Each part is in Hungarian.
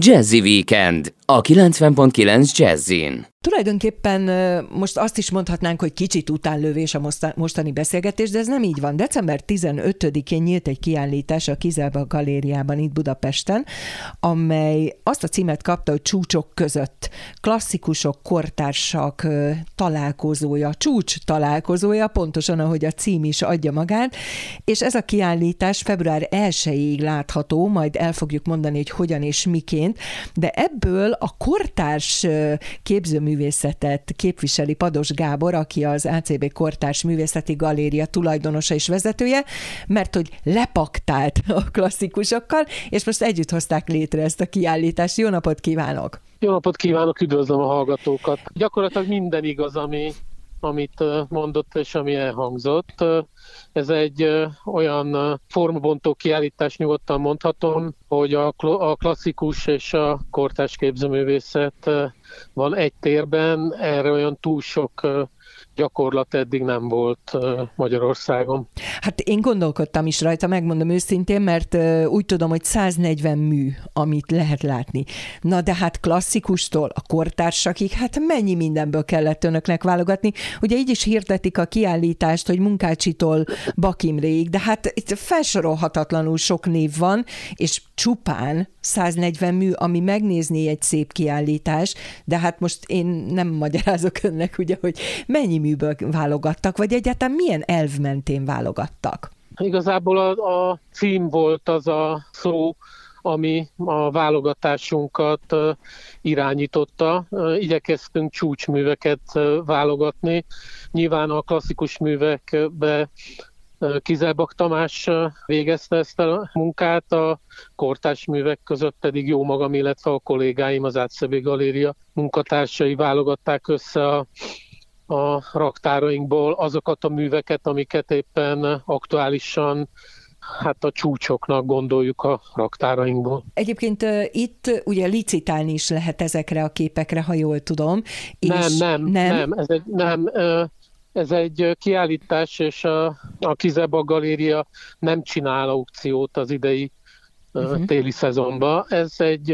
Jazzy Weekend a 90.9 Jazzin. Tulajdonképpen most azt is mondhatnánk, hogy kicsit utánlövés a mostani beszélgetés, de ez nem így van. December 15-én nyílt egy kiállítás a Kizelba galériában itt Budapesten, amely azt a címet kapta, hogy Csúcsok között. Klasszikusok, kortársak találkozója, csúcs találkozója, pontosan ahogy a cím is adja magát, és ez a kiállítás február 1-ig látható, majd el fogjuk mondani, hogy hogyan és miként, de ebből a kortárs képzőművészetet képviseli Pados Gábor, aki az ACB Kortárs Művészeti Galéria tulajdonosa és vezetője, mert hogy lepaktált a klasszikusokkal, és most együtt hozták létre ezt a kiállítást. Jó napot kívánok! Jó napot kívánok, üdvözlöm a hallgatókat! Gyakorlatilag minden igaz, amit mondott és ami elhangzott. Ez egy olyan formabontó kiállítás, nyugodtan mondhatom, hogy a klasszikus és a kortárs képzőművészet van egy térben, erre olyan túl sok gyakorlat eddig nem volt Magyarországon. Hát én gondolkodtam is rajta, megmondom őszintén, mert úgy tudom, hogy 140 mű, amit lehet látni. Na de hát klasszikustól a kortársakig, hát mennyi mindenből kellett önöknek válogatni. Ugye így is hirdetik a kiállítást, hogy Munkácsitól Bak Imréig, de hát itt felsorolhatatlanul sok név van, és csupán 140 mű, ami megnézni egy szép kiállítás, de hát most én nem magyarázok önnek, ugye, hogy mennyi műből válogattak, vagy egyáltalán milyen elv mentén válogattak? Igazából a cím volt az a szó, ami a válogatásunkat irányította. Igyekeztünk csúcsműveket válogatni. Nyilván a klasszikus művekbe Kizelbak Tamás végezte ezt a munkát, a kortárs művek között pedig jó magam, illetve a kollégáim, az ACB Galéria munkatársai válogatták össze a raktárainkból azokat a műveket, amiket éppen aktuálisan a csúcsoknak gondoljuk a raktárainkból. Egyébként itt ugye licitálni is lehet ezekre a képekre, ha jól tudom. Nem. Ez egy kiállítás, és a Kizelbak Galéria nem csinál aukciót az idei téli szezonban. Ez egy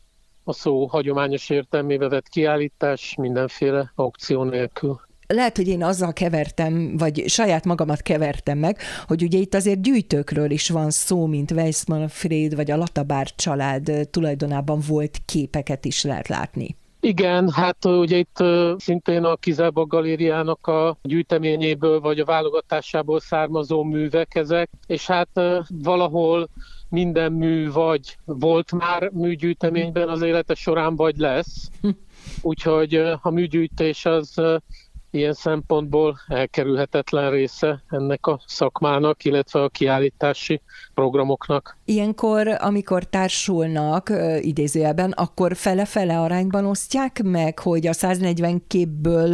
a szó hagyományos értelmébe vett kiállítás, mindenféle aukció nélkül. Lehet, hogy én azzal kevertem, vagy saját magamat kevertem meg, hogy ugye itt azért gyűjtőkről is van szó, mint Weissmann-Fréd, vagy a Latabár család tulajdonában volt képeket is lehet látni. Igen, hát ugye itt szintén a Kizelbak Galériának a gyűjteményéből vagy a válogatásából származó művek ezek, és hát valahol minden mű vagy volt már műgyűjteményben az élete során, vagy lesz. Úgyhogy a műgyűjtés az ilyen szempontból elkerülhetetlen része ennek a szakmának, illetve a kiállítási programoknak. Ilyenkor, amikor társulnak idézőjelben, akkor fele-fele arányban osztják meg, hogy a 140 képből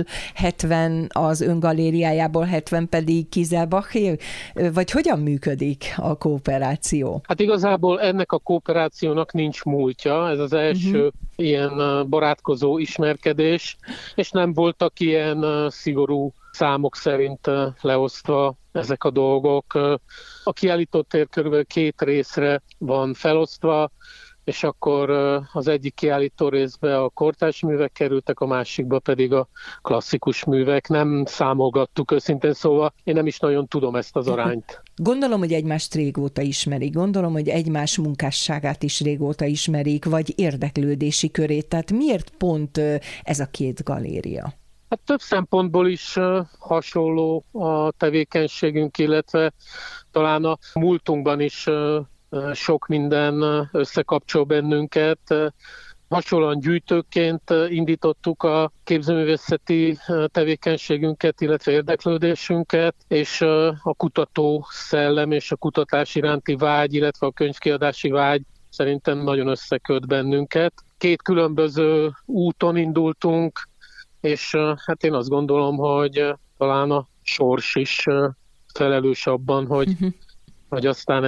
70 az öngalériájából, 70 pedig Kizelbaché? Vagy hogyan működik a kooperáció? Hát igazából ennek a kooperációnak nincs múltja, ez az első ilyen barátkozó ismerkedés, és nem voltak ilyen szigorú számok szerint leosztva ezek a dolgok. A kiállítótér körülbelül 2 részre van felosztva, és akkor az egyik kiállító részbe a kortárs művek kerültek, a másikba pedig a klasszikus művek. Nem számolgattuk őszintén, szóval én nem is nagyon tudom ezt az arányt. Gondolom, hogy egymást régóta ismerik, gondolom, hogy egymás munkásságát is régóta ismerik, vagy érdeklődési körét. Tehát miért pont ez a 2 galéria? Hát több szempontból is hasonló a tevékenységünk, illetve talán a múltunkban is sok minden összekapcsol bennünket. Hasonlóan gyűjtőként indítottuk a képzőművészeti tevékenységünket, illetve érdeklődésünket, és a kutató szellem és a kutatás iránti vágy, illetve a könyvkiadási vágy szerintem nagyon összeköt bennünket. 2 különböző úton indultunk, és hát én azt gondolom, hogy talán a sors is felelős abban, hogy aztán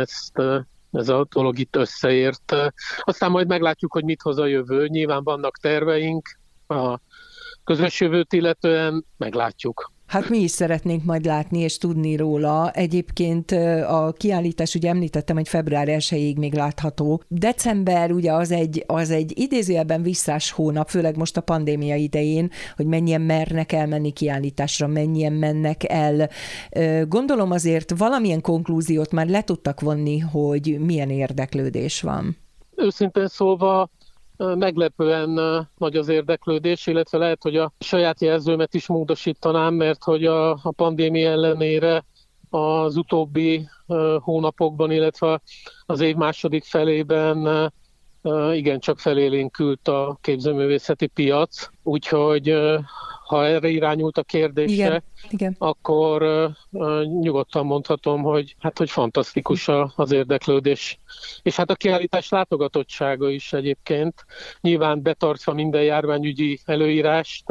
ez a dolog itt összeért. Aztán majd meglátjuk, hogy mit hoz a jövő. Nyilván vannak terveink, a közös jövőt illetően meglátjuk. Hát mi is szeretnénk majd látni és tudni róla. Egyébként a kiállítás, ugye említettem, hogy február 1-ig még látható. December ugye az egy idézőjelben visszás hónap, főleg most a pandémia idején, hogy mennyien mernek elmenni kiállításra, mennyien mennek el. Gondolom azért valamilyen konklúziót már le tudtak vonni, hogy milyen érdeklődés van. Őszintén szólva meglepően nagy az érdeklődés, illetve lehet, hogy a saját jelzőmet is módosítanám, mert hogy a pandémia ellenére az utóbbi hónapokban, illetve az év második felében igencsak felélénkült a képzőművészeti piac, úgyhogy ha erre irányult a kérdése, igen. Akkor nyugodtan mondhatom, hogy fantasztikus az érdeklődés. És hát a kiállítás látogatottsága is egyébként, nyilván betartva minden járványügyi előírást,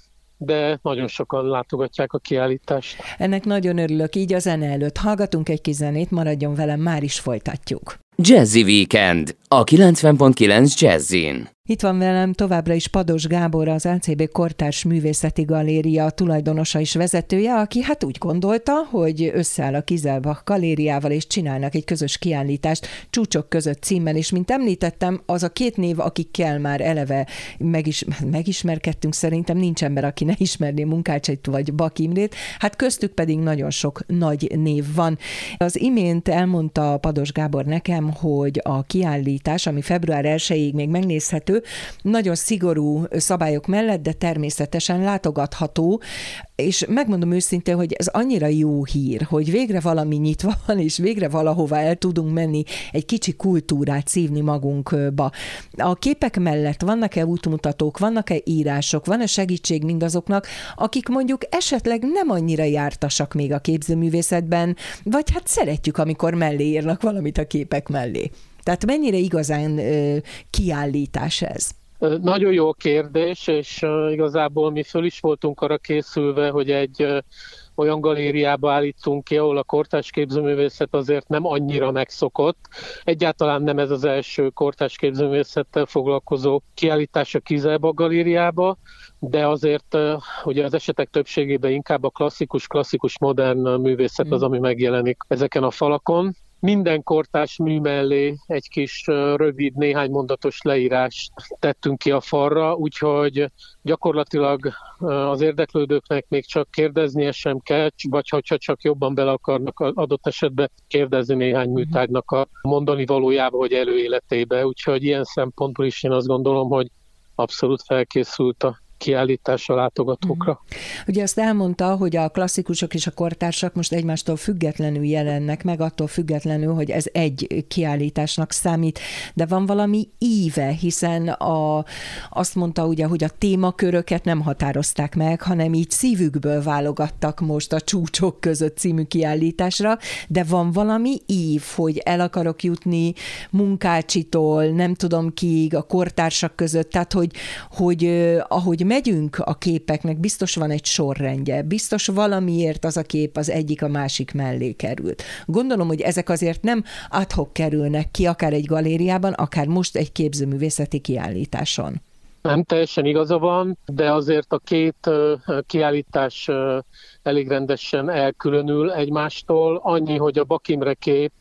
de nagyon sokan látogatják a kiállítást. Ennek nagyon örülök, így a zene előtt hallgatunk egy kis zenét, maradjon velem, már is folytatjuk. Jazzy Weekend a 90.9 Jazzin. Itt van velem továbbra is Pados Gábor, az LCB Kortárs Művészeti Galéria tulajdonosa és vezetője, aki hát úgy gondolta, hogy összeáll a Kieselbach galériával, és csinálnak egy közös kiállítást Csúcsok között címmel, és mint említettem, az a két név, akikkel már eleve megismerkedtünk, szerintem nincs ember, aki ne ismerné Munkácsait vagy Bak Imrét, hát köztük pedig nagyon sok nagy név van. Az imént elmondta Pados Gábor nekem, hogy a kiállítás, ami február 1-ig még megnézhető, nagyon szigorú szabályok mellett, de természetesen látogatható, és megmondom őszintén, hogy ez annyira jó hír, hogy végre valami nyitva van, és végre valahova el tudunk menni, egy kicsi kultúrát szívni magunkba. A képek mellett vannak-e útmutatók, vannak-e írások, van-e segítség mindazoknak, akik mondjuk esetleg nem annyira jártasak még a képzőművészetben, vagy hát szeretjük, amikor mellé írnak valamit a képek mellé. Tehát mennyire igazán kiállítás ez? Nagyon jó kérdés, és igazából mi föl is voltunk arra készülve, hogy egy olyan galériába állítunk ki, ahol a kortárs képzőművészet azért nem annyira megszokott. Egyáltalán nem ez az első kortárs képzőművészettel foglalkozó kiállítás a Kieselbach galériába, de azért ugye az esetek többségében inkább a klasszikus modern művészet az, ami megjelenik ezeken a falakon. Minden kortárs mű mellé egy kis rövid, néhány mondatos leírást tettünk ki a falra, úgyhogy gyakorlatilag az érdeklődőknek még csak kérdeznie sem kell, vagy hogyha csak jobban bele akarnak adott esetben kérdezni néhány műtárgynak a mondani valójába, vagy előéletébe. Úgyhogy ilyen szempontból is én azt gondolom, hogy abszolút felkészült a kiállításra látogatókra. Ugye azt elmondta, hogy a klasszikusok és a kortársak most egymástól függetlenül jelennek meg, attól függetlenül, hogy ez egy kiállításnak számít, de van valami íve, hiszen azt mondta ugye, hogy a témaköröket nem határozták meg, hanem így szívükből válogattak most a Csúcsok között című kiállításra, de van valami ív, hogy el akarok jutni Munkácsitól, nem tudom kiig, a kortársak között, tehát hogy ahogy megyünk a képeknek, biztos van egy sorrendje, biztos valamiért az a kép az egyik a másik mellé került. Gondolom, hogy ezek azért nem ad hoc kerülnek ki, akár egy galériában, akár most egy képzőművészeti kiállításon. Nem teljesen igaza van, de azért a két kiállítás elég rendesen elkülönül egymástól. Annyi, hogy a Bak Imre kép,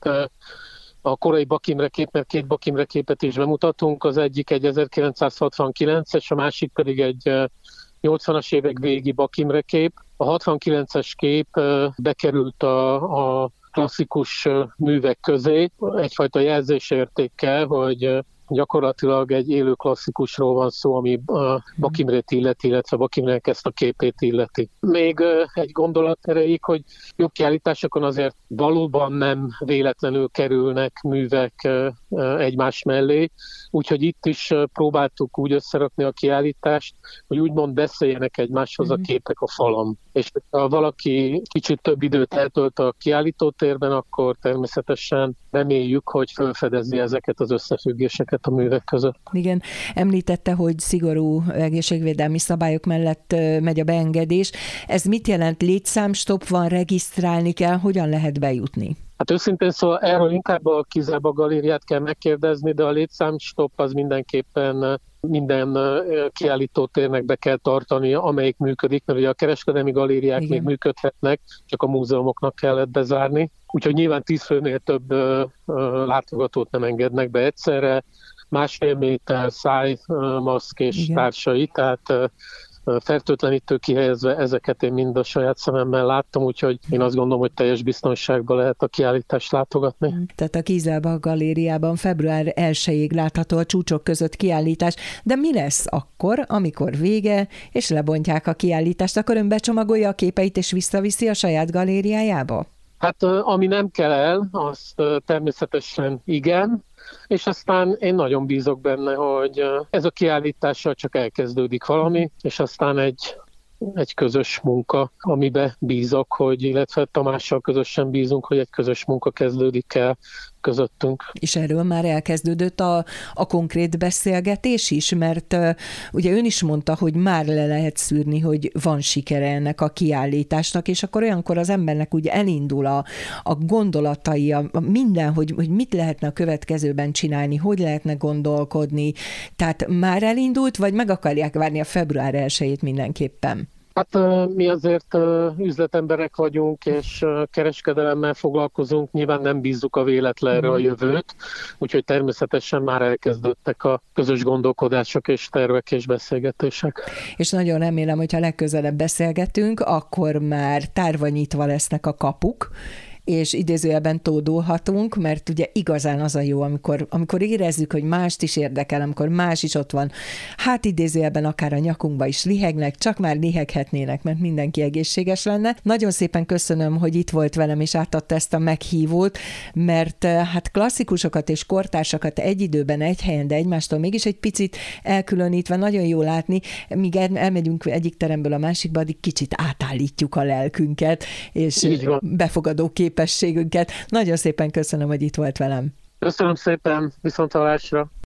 a korai Bak Imre kép, mert két Bak Imre képet is bemutatunk, az egyik egy 1969-es, a másik pedig egy 80-as évek végi Bak Imre kép. A 69-es kép bekerült a klasszikus művek közé, egyfajta jelzésértékkel, hogy gyakorlatilag egy élő klasszikusról van szó, ami Bak Imrét illeti, illetve Bak Imrének ezt a képét illeti. Még egy gondolat erejéig, hogy jobb kiállításokon azért valóban nem véletlenül kerülnek művek egymás mellé, úgyhogy itt is próbáltuk úgy összerakni a kiállítást, hogy úgymond beszéljenek egymáshoz a képek a falon. És ha valaki kicsit több időt eltölt a kiállítótérben, akkor természetesen reméljük, hogy felfedezi ezeket az összefüggéseket a művek között. Igen, említette, hogy szigorú egészségvédelmi szabályok mellett megy a beengedés. Ez mit jelent? Létszámstopp van, regisztrálni kell, hogyan lehet bejutni? Hát őszintén szóval erről inkább a Kieselbach galériát kell megkérdezni, de a létszámstopp az mindenképpen minden kiállítótérnek be kell tartania, amelyik működik, mert ugye a kereskedelmi galériák még működhetnek, csak a múzeumoknak kellett bezárni. Úgyhogy nyilván 10 főnél több látogatót nem engednek be egyszerre, 1,5 méter, szájmaszk és társai, tehát fertőtlenítő kihelyezve, ezeket én mind a saját szememmel láttam, úgyhogy én azt gondolom, hogy teljes biztonságban lehet a kiállítást látogatni. Tehát a Kizelbach galériában február 1-ig látható a csúcsok között kiállítás, de mi lesz akkor, amikor vége, és lebontják a kiállítást, akkor ön becsomagolja a képeit és visszaviszi a saját galériájába? Hát ami nem kell el, azt természetesen igen, és aztán én nagyon bízok benne, hogy ez a kiállítással csak elkezdődik valami, és aztán egy közös munka, amiben bízok, illetve Tamással közösen bízunk, hogy egy közös munka kezdődik el közöttünk. És erről már elkezdődött a konkrét beszélgetés is, mert ugye ön is mondta, hogy már le lehet szűrni, hogy van sikere ennek a kiállításnak, és akkor olyankor az embernek úgy elindul a gondolatai, minden, hogy mit lehetne a következőben csinálni, hogy lehetne gondolkodni. Tehát már elindult, vagy meg akarják várni a február 1-ét mindenképpen? Hát mi azért üzletemberek vagyunk, és kereskedelemmel foglalkozunk, nyilván nem bízzuk a véletlenre a jövőt, úgyhogy természetesen már elkezdődtek a közös gondolkodások és tervek és beszélgetések. És nagyon remélem, hogyha legközelebb beszélgetünk, akkor már tárva nyitva lesznek a kapuk, és idézőjelben tódulhatunk, mert ugye igazán az a jó, amikor érezzük, hogy mást is érdekel, amikor más is ott van. Hát idézőjelben akár a nyakunkba is lihegnek, csak már liheghetnének, mert mindenki egészséges lenne. Nagyon szépen köszönöm, hogy itt volt velem, és átadta ezt a meghívót, mert hát klasszikusokat és kortársakat egy időben, egy helyen, de egymástól mégis egy picit elkülönítve nagyon jó látni, míg elmegyünk egyik teremből a másikba, addig kicsit átállítjuk a lelkünket, és befogadó képességünket. Nagyon szépen köszönöm, hogy itt volt velem. Köszönöm szépen, viszonthallásra!